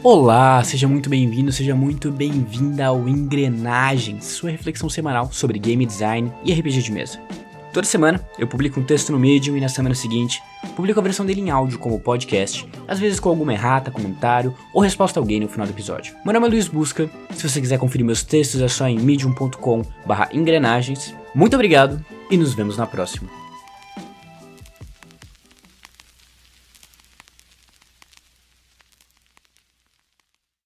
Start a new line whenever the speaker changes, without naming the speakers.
Olá, seja muito bem-vindo, seja muito bem-vinda ao Engrenagens, sua reflexão semanal sobre game design e RPG de mesa. Toda semana eu publico um texto no Medium e na semana seguinte publico a versão dele em áudio como podcast, às vezes com alguma errata, comentário ou resposta a alguém no final do episódio. Meu nome é Luiz Busca, se você quiser conferir meus textos é só em medium.com/engrenagens. Muito obrigado e nos vemos na próxima.